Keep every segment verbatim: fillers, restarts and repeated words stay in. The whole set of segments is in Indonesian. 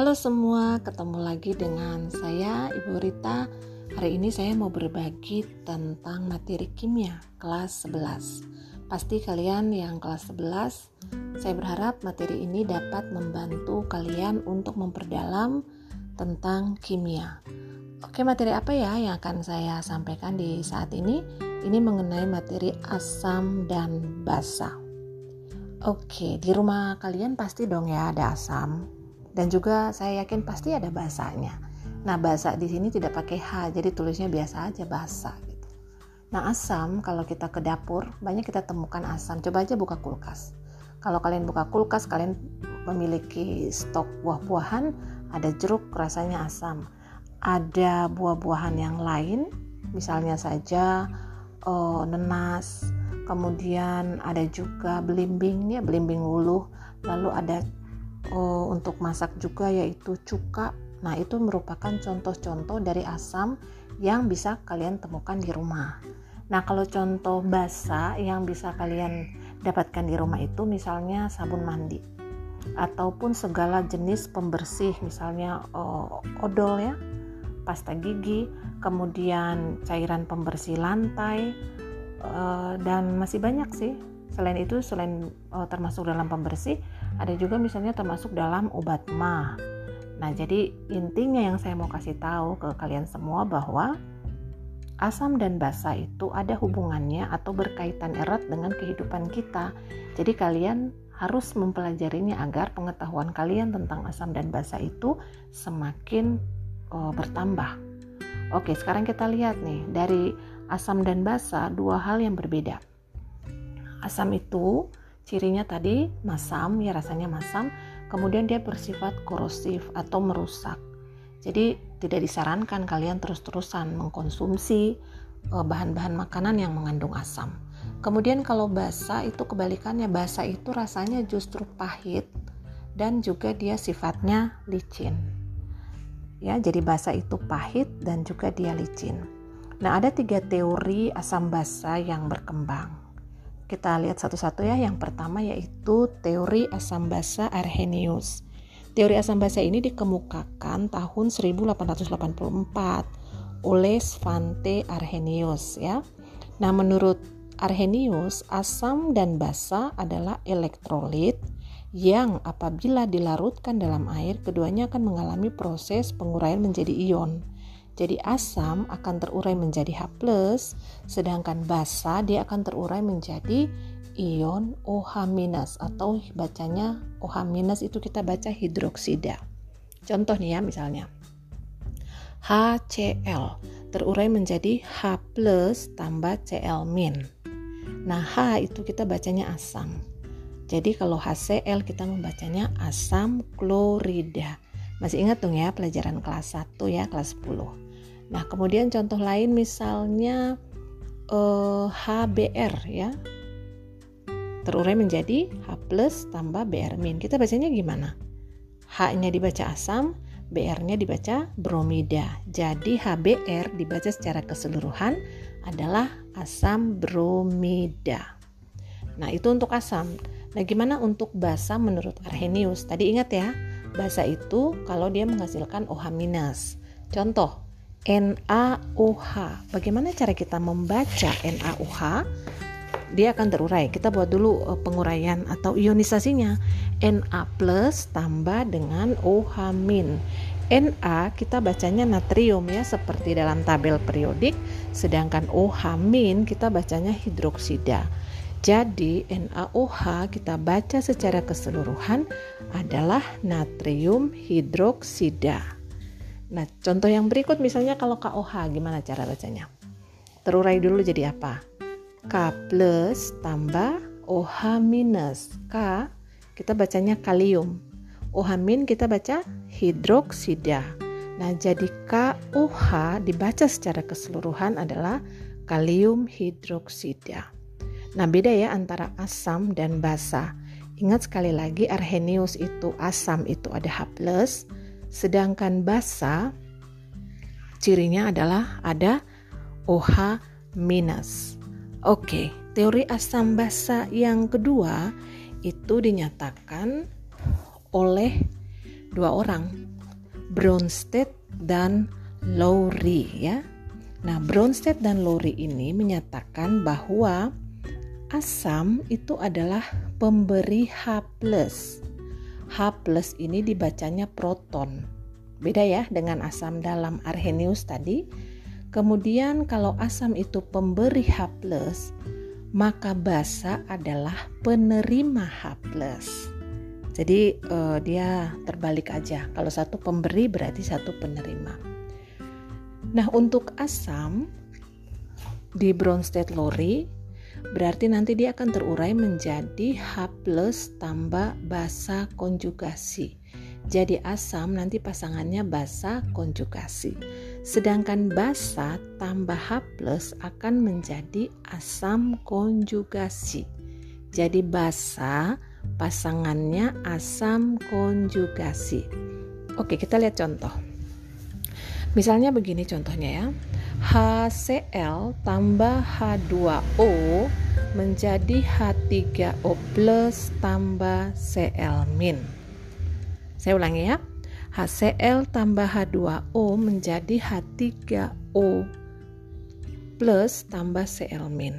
Halo semua, ketemu lagi dengan saya Ibu Rita. Hari ini saya mau berbagi tentang materi kimia kelas sebelas. Pasti kalian yang kelas sebelas, saya berharap materi ini dapat membantu kalian untuk memperdalam tentang kimia. Oke, materi apa ya yang akan saya sampaikan di saat ini? Ini mengenai materi asam dan basa. Oke, di rumah kalian pasti dong ya ada asam. Dan juga saya yakin pasti ada basanya. Nah, basa di sini tidak pakai H, jadi tulisnya biasa aja basa gitu. Nah, asam kalau kita ke dapur banyak kita temukan asam. Coba aja buka kulkas. Kalau kalian buka kulkas, kalian memiliki stok buah-buahan, ada jeruk rasanya asam. Ada buah-buahan yang lain, misalnya saja oh, nenas. Kemudian ada juga belimbing, ya belimbing wuluh. Lalu ada Oh, untuk masak juga yaitu cuka. Nah, itu merupakan contoh-contoh dari asam yang bisa kalian temukan di rumah. Nah, kalau contoh basa yang bisa kalian dapatkan di rumah itu misalnya sabun mandi ataupun segala jenis pembersih, misalnya oh, odol ya, pasta gigi, kemudian cairan pembersih lantai, uh, dan masih banyak sih. Selain itu, selain uh, termasuk dalam pembersih, ada juga misalnya termasuk dalam obat mah. Nah, jadi intinya yang saya mau kasih tahu ke kalian semua bahwa asam dan basa itu ada hubungannya atau berkaitan erat dengan kehidupan kita. Jadi kalian harus mempelajarinya agar pengetahuan kalian tentang asam dan basa itu semakin uh, bertambah. Oke, sekarang kita lihat nih, dari asam dan basa dua hal yang berbeda. Asam itu cirinya tadi masam, ya rasanya masam, kemudian dia bersifat korosif atau merusak. Jadi tidak disarankan kalian terus-terusan mengkonsumsi bahan-bahan makanan yang mengandung asam. Kemudian kalau basa itu kebalikannya, basa itu rasanya justru pahit dan juga dia sifatnya licin. Ya, jadi basa itu pahit dan juga dia licin. Nah, ada tiga teori asam basa yang berkembang. Kita lihat satu-satu ya. Yang pertama yaitu teori asam basa Arrhenius. Teori asam basa ini dikemukakan tahun seribu delapan ratus delapan puluh empat oleh Svante Arrhenius ya. Nah, menurut Arrhenius, asam dan basa adalah elektrolit yang apabila dilarutkan dalam air, keduanya akan mengalami proses penguraian menjadi ion. Jadi asam akan terurai menjadi H plus, sedangkan basa dia akan terurai menjadi ion OH- atau bacanya OH- itu kita baca hidroksida. Contoh nih ya, misalnya HCl terurai menjadi H plus tambah Cl min. Nah, H itu kita bacanya asam. Jadi kalau HCl kita membacanya asam klorida. Masih ingat dong ya pelajaran kelas satu ya, kelas sepuluh. Nah, kemudian contoh lain misalnya eh, H B R ya. Terurai menjadi H plus tambah Br min. Kita bacanya gimana? H-nya dibaca asam, B R-nya dibaca bromida. Jadi H B R dibaca secara keseluruhan adalah asam bromida. Nah, itu untuk asam. Nah, gimana untuk basa menurut Arrhenius? Tadi ingat ya, basa itu kalau dia menghasilkan OH-. Contoh, N A O H. Bagaimana cara kita membaca N A O H? Dia akan terurai. Kita buat dulu penguraian atau ionisasinya. Na plus tambah dengan OH-. Na kita bacanya natrium ya, seperti dalam tabel periodik, sedangkan OH- kita bacanya hidroksida. Jadi N A O H kita baca secara keseluruhan adalah natrium hidroksida. Nah, contoh yang berikut misalnya kalau K O H, gimana cara bacanya? Terurai dulu jadi apa? K plus tambah OH-. K kita bacanya kalium. OH- kita baca hidroksida. Nah, jadi K O H dibaca secara keseluruhan adalah kalium hidroksida. Nah, beda ya antara asam dan basa. Ingat sekali lagi, Arrhenius itu asam itu ada H plus, sedangkan basa cirinya adalah ada OH-. Oke, teori asam basa yang kedua itu dinyatakan oleh dua orang. Bronsted dan Lowry ya. Nah, Bronsted dan Lowry ini menyatakan bahwa asam itu adalah pemberi H plus. H plus ini dibacanya proton. Beda ya dengan asam dalam Arrhenius tadi. Kemudian kalau asam itu pemberi H plus, maka basa adalah penerima H plus. Jadi eh, dia terbalik aja. Kalau satu pemberi berarti satu penerima. Nah, untuk asam di Bronsted-Lowry berarti nanti dia akan terurai menjadi H plus tambah basa konjugasi. Jadi asam nanti pasangannya basa konjugasi. Sedangkan basa tambah H plus akan menjadi asam konjugasi. Jadi basa pasangannya asam konjugasi. Oke, kita lihat contoh. Misalnya begini contohnya ya. HCl tambah H dua O menjadi H tiga O plus tambah Cl min. Saya ulangi ya. HCl tambah H dua O menjadi H tiga O plus tambah Cl min.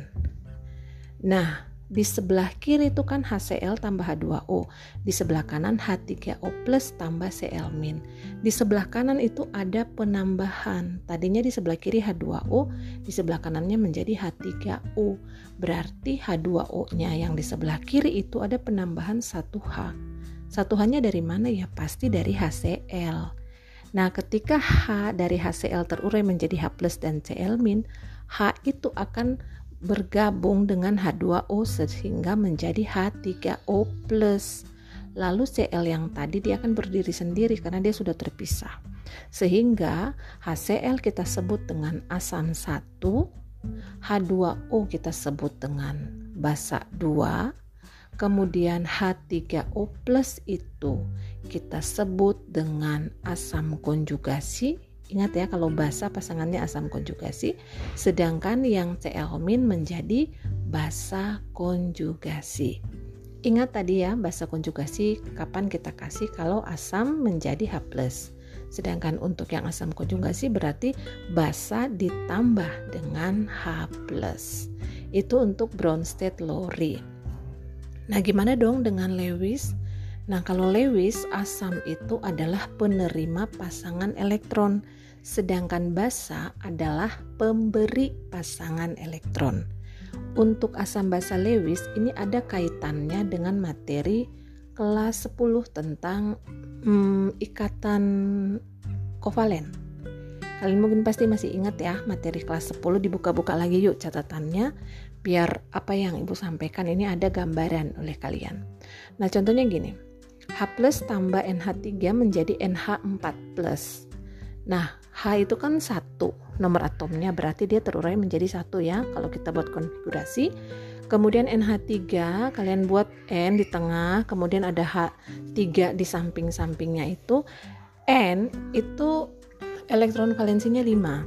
Nah, di sebelah kiri itu kan HCl tambah H dua O, di sebelah kanan H tiga O plus tambah Cl min. Di sebelah kanan itu ada penambahan. Tadinya di sebelah kiri H dua O, di sebelah kanannya menjadi H tiga O. Berarti H dua O-nya yang di sebelah kiri itu ada penambahan satu H. satu H-nya dari mana ya? Pasti dari HCl. Nah, ketika H dari HCl terurai menjadi H plus dan Cl min, H itu akan bergabung dengan H dua O sehingga menjadi H tiga O plus. Lalu Cl yang tadi dia akan berdiri sendiri karena dia sudah terpisah. Sehingga HCl kita sebut dengan asam satu, H dua O kita sebut dengan basa dua, kemudian H tiga O plus itu kita sebut dengan asam konjugasi. Ingat ya, kalau basa pasangannya asam konjugasi, sedangkan yang Cl min menjadi basa konjugasi. Ingat tadi ya, basa konjugasi kapan kita kasih kalau asam menjadi H plus. Sedangkan untuk yang asam konjugasi berarti basa ditambah dengan H plus. Itu untuk Bronsted-Lowry. Nah, gimana dong dengan Lewis? Nah, kalau Lewis, asam itu adalah penerima pasangan elektron, sedangkan basa adalah pemberi pasangan elektron. Untuk asam basa Lewis ini ada kaitannya dengan materi kelas sepuluh tentang hmm, ikatan kovalen. Kalian mungkin pasti masih ingat ya, materi kelas sepuluh. Dibuka-buka lagi yuk catatannya, biar apa yang Ibu sampaikan ini ada gambaran oleh kalian. Nah, contohnya gini. H plus tambah N H tiga menjadi N H empat plus. Nah, H itu kan satu nomor atomnya, berarti dia terurai menjadi satu ya kalau kita buat konfigurasi. Kemudian N H tiga kalian buat N di tengah, kemudian ada H tiga di samping-sampingnya itu. N itu elektron valensinya lima.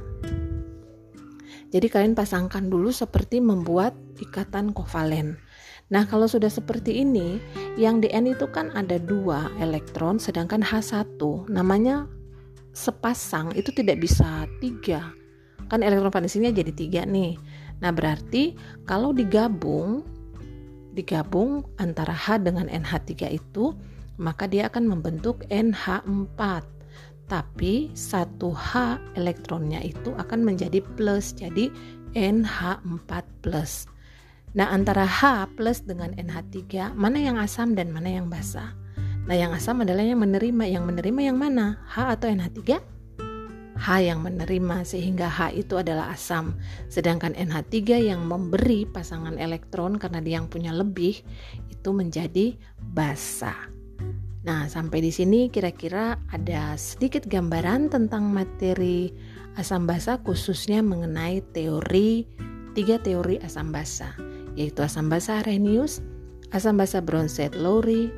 Jadi kalian pasangkan dulu seperti membuat ikatan kovalen. Nah, kalau sudah seperti ini, yang di N itu kan ada dua elektron, sedangkan H satu, namanya sepasang, itu tidak bisa tiga. Kan elektron valensinya jadi tiga nih. Nah, berarti kalau digabung, digabung antara H dengan N H tiga itu, maka dia akan membentuk N H empat. Tapi satu H elektronnya itu akan menjadi plus, jadi N H empat plus. Nah, antara H plus dengan N H tiga, mana yang asam dan mana yang basa? Nah, yang asam adalah yang menerima. Yang menerima yang mana? H atau N H tiga? H yang menerima, sehingga H itu adalah asam. Sedangkan N H tiga yang memberi pasangan elektron karena dia yang punya lebih, itu menjadi basa. Nah, sampai di sini kira-kira ada sedikit gambaran tentang materi asam basa, khususnya mengenai teori, tiga teori asam basa, yaitu asam basa Arrhenius, asam basa Bronsted-Lowry,